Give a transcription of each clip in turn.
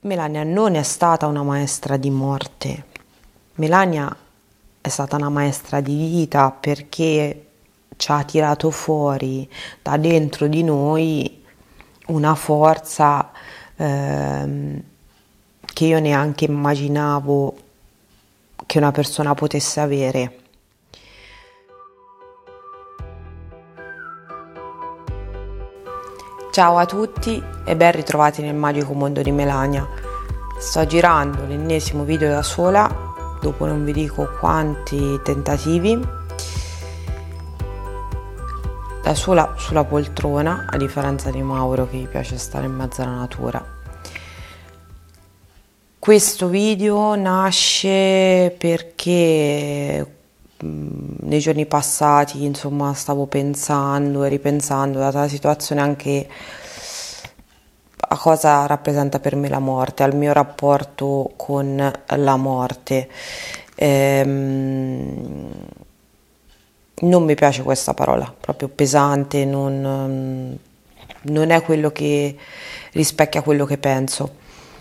Melania non è stata una maestra di morte. Melania è stata una maestra di vita perché ci ha tirato fuori da dentro di noi una forza che io neanche immaginavo che una persona potesse avere. Ciao a tutti e ben ritrovati nel magico mondo di Melania. Sto girando l'ennesimo video da sola, dopo non vi dico quanti tentativi, da sola sulla poltrona, a differenza di Mauro che gli piace stare in mezzo alla natura. Questo video nasce perché nei giorni passati, insomma, stavo pensando e ripensando, data la situazione, anche a cosa rappresenta per me la morte, al mio rapporto con la morte. Non mi piace questa parola, proprio pesante, non è quello che rispecchia quello che penso.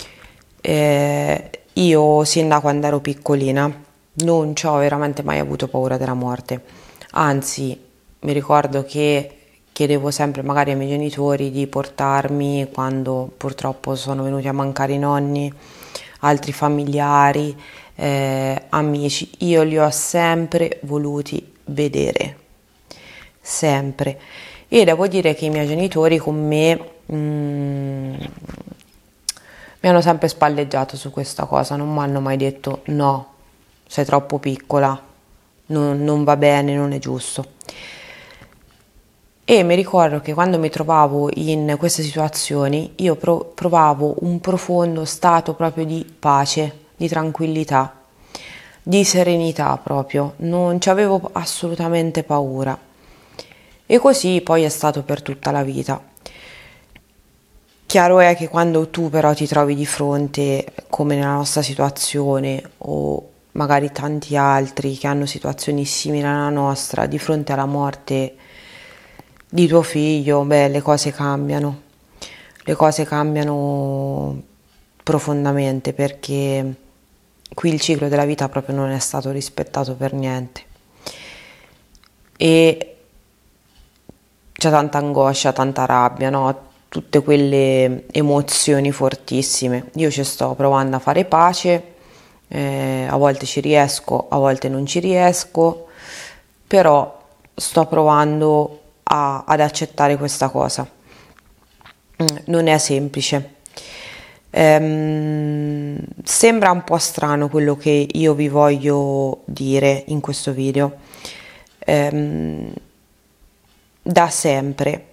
Io sin da quando ero piccolina non ci ho veramente mai avuto paura della morte, anzi mi ricordo che chiedevo sempre magari ai miei genitori di portarmi, quando purtroppo sono venuti a mancare i nonni, altri familiari, amici, io li ho sempre voluti vedere, sempre. E devo dire che i miei genitori con me mi hanno sempre spalleggiato su questa cosa, non mi hanno mai detto no, sei troppo piccola, non va bene, non è giusto. E mi ricordo che quando mi trovavo in queste situazioni io provavo un profondo stato proprio di pace, di tranquillità, di serenità proprio, non ci avevo assolutamente paura. E così poi è stato per tutta la vita. Chiaro è che quando tu però ti trovi di fronte, come nella nostra situazione, o magari tanti altri che hanno situazioni simili alla nostra, di fronte alla morte di tuo figlio, beh, le cose cambiano. Le cose cambiano profondamente, perché qui il ciclo della vita proprio non è stato rispettato per niente. E c'è tanta angoscia, tanta rabbia, no? Tutte quelle emozioni fortissime. Io ci sto provando a fare pace, a volte ci riesco, a volte non ci riesco, però sto provando ad accettare questa cosa. Non è semplice. Sembra un po' strano quello che io vi voglio dire in questo video. Da sempre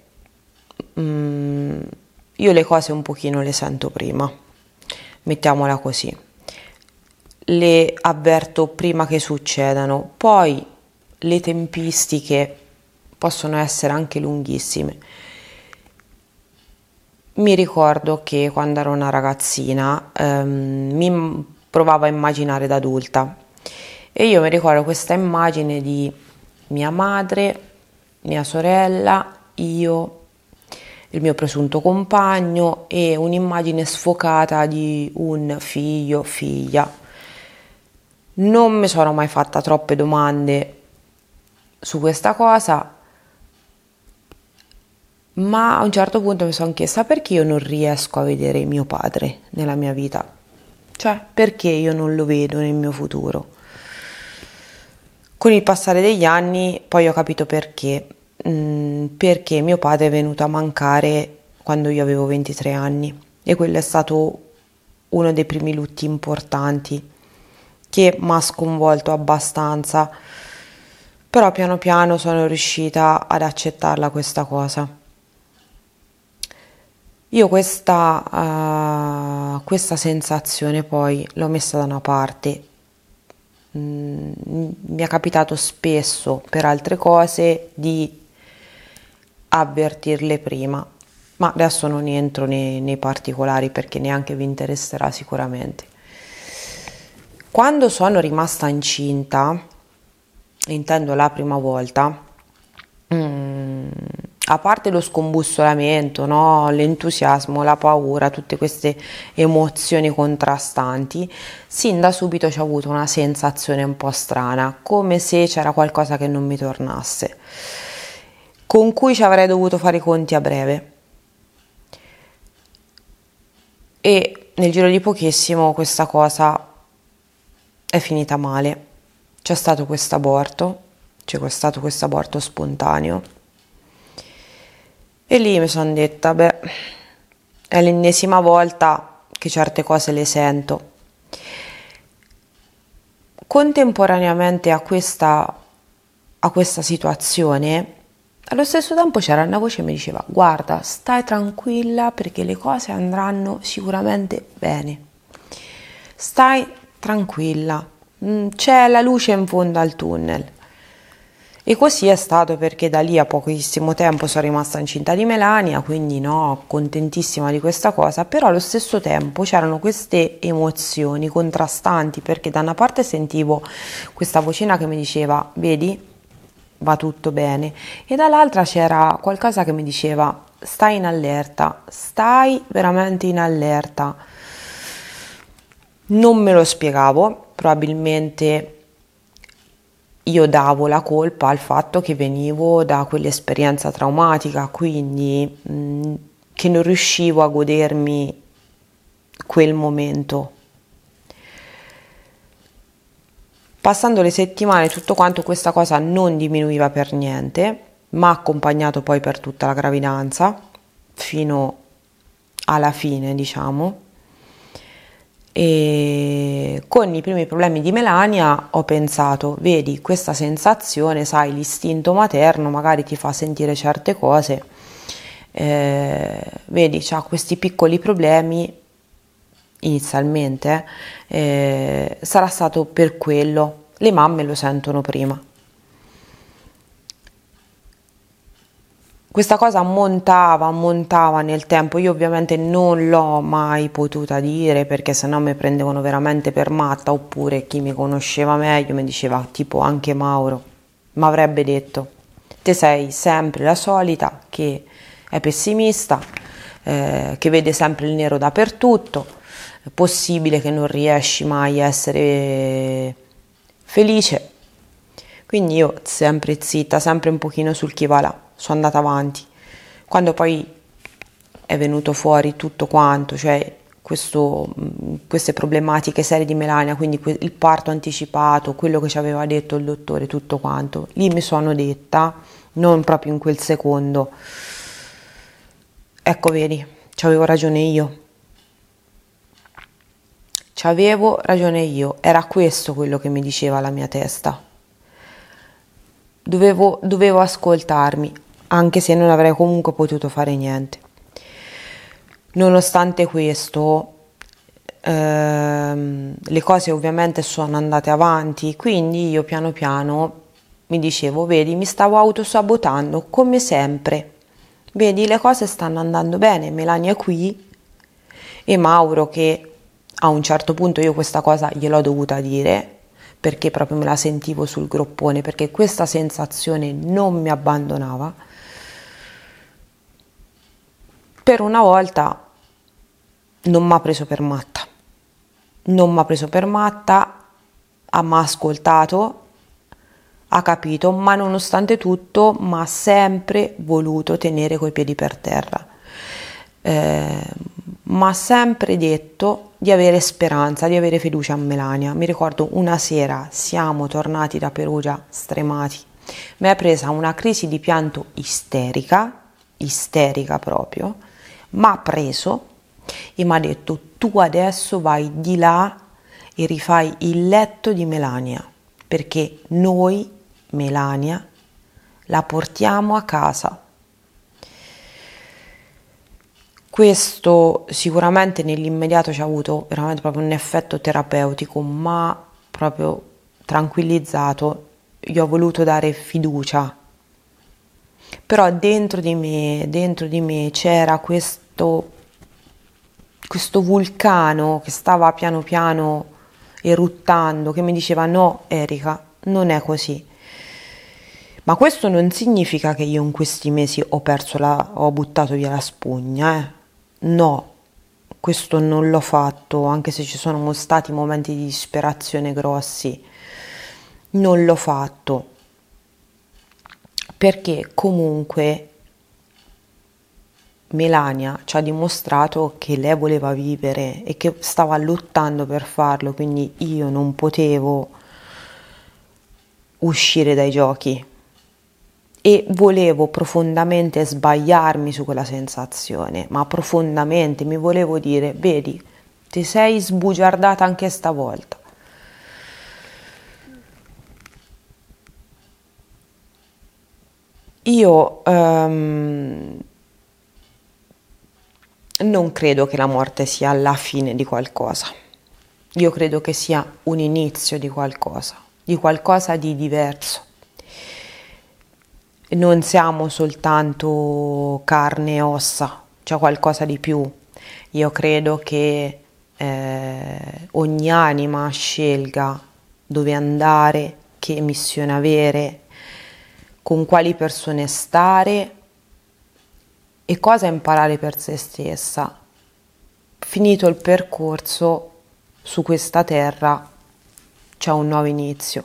io le cose un pochino le sento prima, mettiamola così, le avverto prima che succedano, poi le tempistiche possono essere anche lunghissime. Mi ricordo che quando ero una ragazzina mi provavo a immaginare da adulta, e io mi ricordo questa immagine di mia madre, mia sorella, io, il mio presunto compagno, e un'immagine sfocata di un figlio, figlia. Non mi sono mai fatta troppe domande su questa cosa, ma a un certo punto mi sono chiesta perché io non riesco a vedere mio padre nella mia vita, cioè perché io non lo vedo nel mio futuro. Con il passare degli anni poi ho capito perché mio padre è venuto a mancare quando io avevo 23 anni, e quello è stato uno dei primi lutti importanti che mi ha sconvolto abbastanza, però piano piano sono riuscita ad accettarla questa cosa. Io questa sensazione poi l'ho messa da una parte. Mi è capitato spesso per altre cose di avvertirle prima, ma adesso non entro nei particolari perché neanche vi interesserà sicuramente. Quando sono rimasta incinta, intendo la prima volta, a parte lo scombussolamento, no? L'entusiasmo, la paura, tutte queste emozioni contrastanti, sin da subito c'ho avuto una sensazione un po' strana, come se c'era qualcosa che non mi tornasse, con cui ci avrei dovuto fare i conti a breve. E nel giro di pochissimo questa cosa è finita male. C'è stato questo aborto spontaneo. E lì mi sono detta, beh, è l'ennesima volta che certe cose le sento. Contemporaneamente a questa situazione, allo stesso tempo c'era una voce che mi diceva, guarda, stai tranquilla perché le cose andranno sicuramente bene. Stai tranquilla, c'è la luce in fondo al tunnel. E così è stato, perché da lì a pochissimo tempo sono rimasta incinta di Melania, quindi no, contentissima di questa cosa, però allo stesso tempo c'erano queste emozioni contrastanti, perché da una parte sentivo questa vocina che mi diceva, vedi, va tutto bene, e dall'altra c'era qualcosa che mi diceva, stai in allerta, stai veramente in allerta. Non me lo spiegavo, probabilmente io davo la colpa al fatto che venivo da quell'esperienza traumatica, quindi che non riuscivo a godermi quel momento. Passando le settimane, tutto quanto, questa cosa non diminuiva per niente, ma ha accompagnato poi per tutta la gravidanza, fino alla fine, diciamo. E con i primi problemi di Melania ho pensato, vedi, questa sensazione, sai, l'istinto materno magari ti fa sentire certe cose, vedi, c'ha questi piccoli problemi inizialmente, sarà stato per quello, le mamme lo sentono prima. Questa cosa montava nel tempo, io ovviamente non l'ho mai potuta dire perché sennò mi prendevano veramente per matta, oppure chi mi conosceva meglio mi diceva, tipo anche Mauro, mi avrebbe detto, te sei sempre la solita che è pessimista, che vede sempre il nero dappertutto, è possibile che non riesci mai a essere felice. Quindi io sempre zitta, sempre un pochino sul chi va là, sono andata avanti. Quando poi è venuto fuori tutto quanto, cioè queste problematiche serie di Melania, quindi il parto anticipato, quello che ci aveva detto il dottore, tutto quanto, lì mi sono detta, non proprio in quel secondo, ecco vedi, c'avevo ragione io. Era questo quello che mi diceva la mia testa. Dovevo ascoltarmi, anche se non avrei comunque potuto fare niente. Nonostante questo, le cose ovviamente sono andate avanti, quindi io piano piano mi dicevo, vedi, mi stavo autosabotando come sempre. Vedi, le cose stanno andando bene, Melania è qui e Mauro, che a un certo punto io questa cosa gliel'ho dovuta dire, perché proprio me la sentivo sul groppone, perché questa sensazione non mi abbandonava. Per una volta non mi ha preso per matta, ha m'ha ascoltato, ha capito, ma nonostante tutto mi ha sempre voluto tenere coi piedi per terra. Mi ha sempre detto di avere speranza, di avere fiducia in Melania. Mi ricordo una sera, siamo tornati da Perugia stremati, mi è presa una crisi di pianto isterica proprio, mi ha preso e mi ha detto, tu adesso vai di là e rifai il letto di Melania, perché noi Melania la portiamo a casa. Questo sicuramente nell'immediato ci ha avuto veramente proprio un effetto terapeutico, ma proprio tranquillizzato. Io ho voluto dare fiducia, però dentro di me c'era questo vulcano che stava piano piano eruttando, che mi diceva no Erika, non è così. Ma questo non significa che io in questi mesi ho buttato via la spugna, eh. No, questo non l'ho fatto, anche se ci sono stati momenti di disperazione grossi. Non l'ho fatto perché comunque Melania ci ha dimostrato che lei voleva vivere e che stava lottando per farlo, quindi io non potevo uscire dai giochi e volevo profondamente sbagliarmi su quella sensazione, ma profondamente mi volevo dire, vedi, ti sei sbugiardata anche stavolta. Io non credo che la morte sia la fine di qualcosa. Io credo che sia un inizio di qualcosa di diverso. Non siamo soltanto carne e ossa, c'è qualcosa di più. Io credo che ogni anima scelga dove andare, che missione avere, con quali persone stare e cosa imparare per se stessa. Finito il percorso su questa terra c'è un nuovo inizio.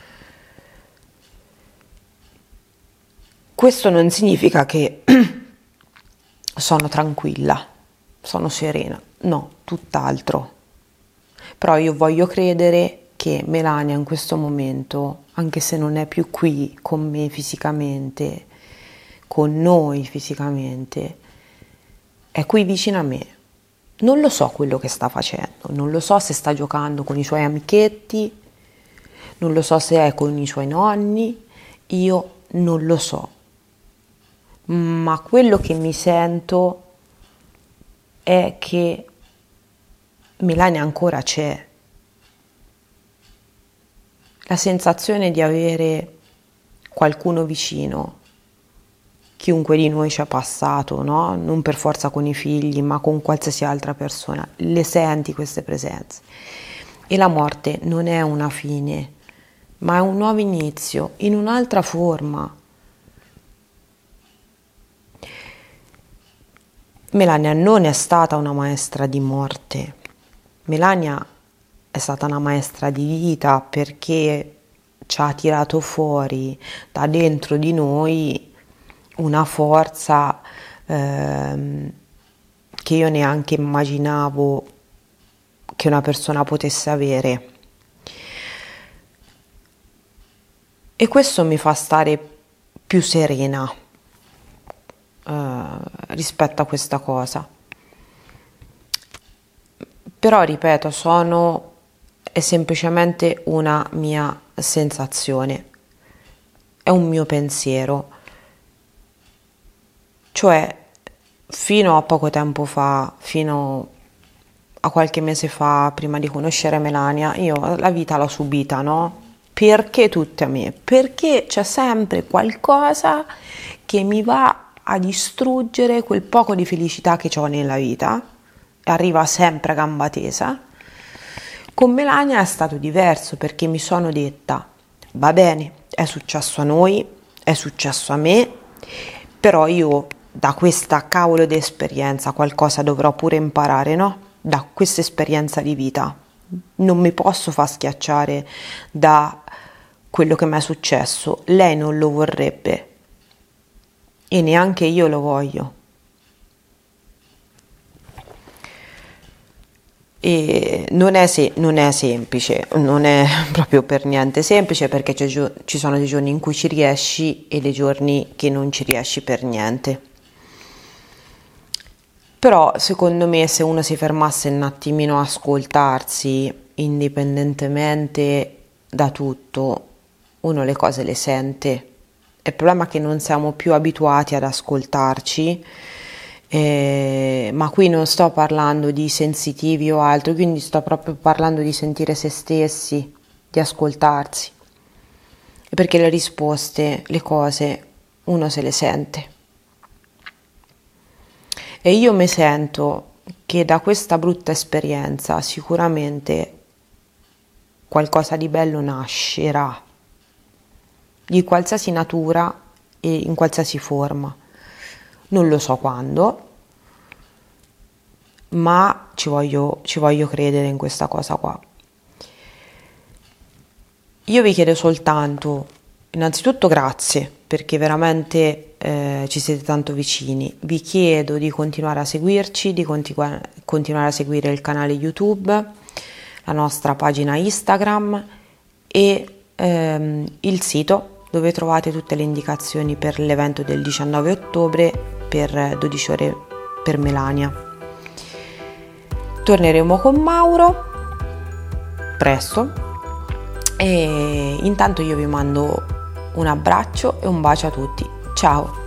Questo non significa che sono tranquilla, sono serena, no, tutt'altro. Però io voglio credere che Melania in questo momento, anche se non è più qui con me fisicamente, con noi fisicamente, è qui vicino a me. Non lo so quello che sta facendo, non lo so se sta giocando con i suoi amichetti, non lo so se è con i suoi nonni, io non lo so. Ma quello che mi sento è che Melania ancora c'è. La sensazione di avere qualcuno vicino, chiunque di noi ci ha passato, no? Non per forza con i figli, ma con qualsiasi altra persona, le senti queste presenze. E la morte non è una fine, ma è un nuovo inizio, in un'altra forma. Melania non è stata una maestra di morte, Melania è stata una maestra di vita perché ci ha tirato fuori da dentro di noi una forza che io neanche immaginavo che una persona potesse avere. E questo mi fa stare più serena rispetto a questa cosa. Però ripeto, è semplicemente una mia sensazione, è un mio pensiero. Cioè, fino a poco tempo fa, fino a qualche mese fa, prima di conoscere Melania, io la vita l'ho subita, no? Perché tutte a me? Perché c'è sempre qualcosa che mi va a distruggere quel poco di felicità che ho nella vita, arriva sempre a gamba tesa. Con Melania è stato diverso perché mi sono detta, va bene, è successo a noi, è successo a me, però io da questa cavolo di esperienza qualcosa dovrò pure imparare, no? Da questa esperienza di vita. Non mi posso far schiacciare da quello che mi è successo. Lei non lo vorrebbe e neanche io lo voglio. E non è semplice, non è proprio per niente semplice perché ci sono dei giorni in cui ci riesci e dei giorni che non ci riesci per niente. Però secondo me se uno si fermasse un attimino a ascoltarsi, indipendentemente da tutto, uno le cose le sente. Il problema è che non siamo più abituati ad ascoltarci, ma qui non sto parlando di sensitivi o altro, quindi sto proprio parlando di sentire se stessi, di ascoltarsi. Perché le risposte, le cose, uno se le sente. E io mi sento che da questa brutta esperienza sicuramente qualcosa di bello nascerà. di qualsiasi natura e in qualsiasi forma. Non lo so quando, ma ci voglio credere in questa cosa qua. Io vi chiedo soltanto, innanzitutto grazie, perché veramente ci siete tanto vicini. Vi chiedo di continuare a seguirci, di continuare a seguire il canale YouTube, la nostra pagina Instagram e il sito, dove trovate tutte le indicazioni per l'evento del 19 ottobre per 12 ore per Melania. Torneremo con Mauro presto e intanto io vi mando un abbraccio e un bacio a tutti. Ciao!